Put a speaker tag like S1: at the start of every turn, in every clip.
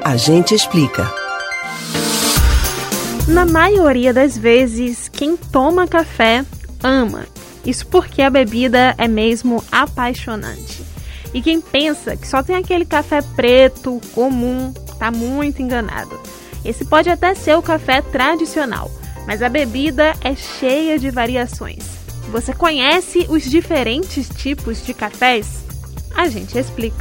S1: A gente explica.
S2: Na maioria das vezes, quem toma café ama. Isso porque a bebida é mesmo apaixonante. E quem pensa que só tem aquele café preto, comum, tá muito enganado. Esse pode até ser o café tradicional, mas a bebida é cheia de variações. Você conhece os diferentes tipos de cafés? A gente explica.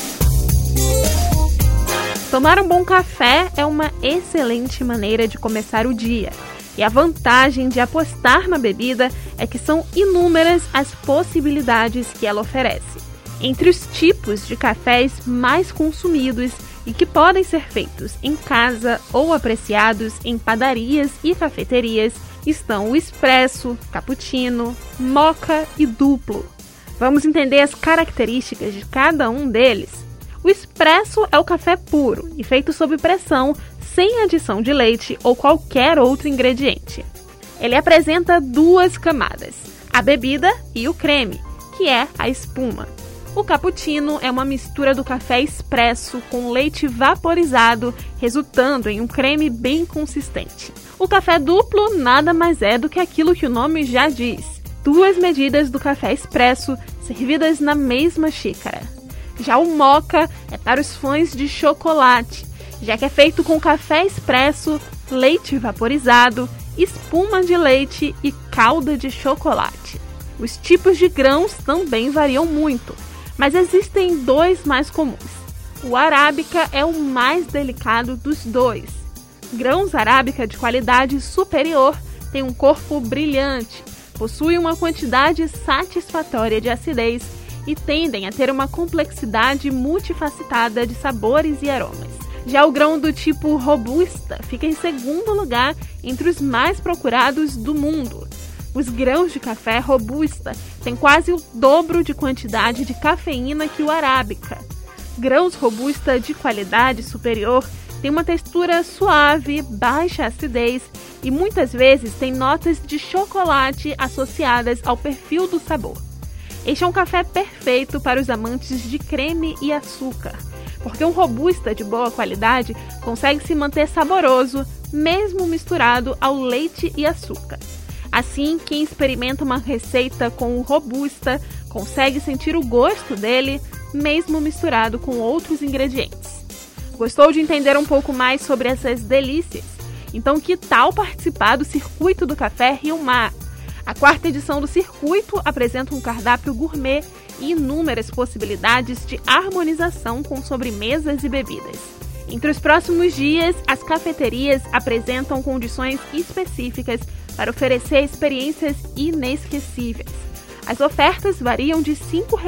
S2: Tomar um bom café é uma excelente maneira de começar o dia. E a vantagem de apostar na bebida é que são inúmeras as possibilidades que ela oferece. Entre os tipos de cafés mais consumidos e que podem ser feitos em casa ou apreciados em padarias e cafeterias estão o expresso, cappuccino, mocha e duplo. Vamos entender as características de cada um deles? O expresso é o café puro e feito sob pressão, sem adição de leite ou qualquer outro ingrediente. Ele apresenta duas camadas, a bebida e o creme, que é a espuma. O cappuccino é uma mistura do café expresso com leite vaporizado, resultando em um creme bem consistente. O café duplo nada mais é do que aquilo que o nome já diz: duas medidas do café expresso servidas na mesma xícara. Já o mocha é para os fãs de chocolate, já que é feito com café expresso, leite vaporizado, espuma de leite e calda de chocolate. Os tipos de grãos também variam muito, mas existem dois mais comuns. O arábica é o mais delicado dos dois. Grãos arábica de qualidade superior têm um corpo brilhante, possuem uma quantidade satisfatória de acidez e tendem a ter uma complexidade multifacetada de sabores e aromas. Já o grão do tipo robusta fica em segundo lugar entre os mais procurados do mundo. Os grãos de café robusta têm quase o dobro de quantidade de cafeína que o arábica. Grãos robusta de qualidade superior têm uma textura suave, baixa acidez e muitas vezes têm notas de chocolate associadas ao perfil do sabor. Este é um café perfeito para os amantes de creme e açúcar, porque um robusta de boa qualidade consegue se manter saboroso, mesmo misturado ao leite e açúcar. Assim, quem experimenta uma receita com o robusta consegue sentir o gosto dele, mesmo misturado com outros ingredientes. Gostou de entender um pouco mais sobre essas delícias? Então, que tal participar do Circuito do Café Rio Mar? A 4ª edição do circuito apresenta um cardápio gourmet e inúmeras possibilidades de harmonização com sobremesas e bebidas. Entre os próximos dias, as cafeterias apresentam condições específicas para oferecer experiências inesquecíveis. As ofertas variam de R$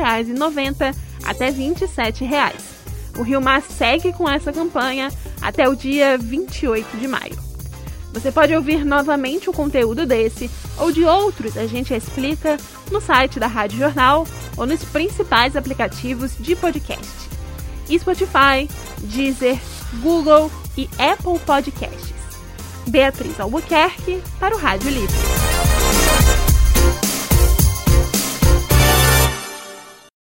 S2: 5,90 até R$ 27. O Rio Mar segue com essa campanha até o dia 28 de maio. Você pode ouvir novamente o conteúdo desse ou de outros A Gente Explica no site da Rádio Jornal ou nos principais aplicativos de podcast: Spotify, Deezer, Google e Apple Podcasts. Beatriz Albuquerque para o Rádio Livre.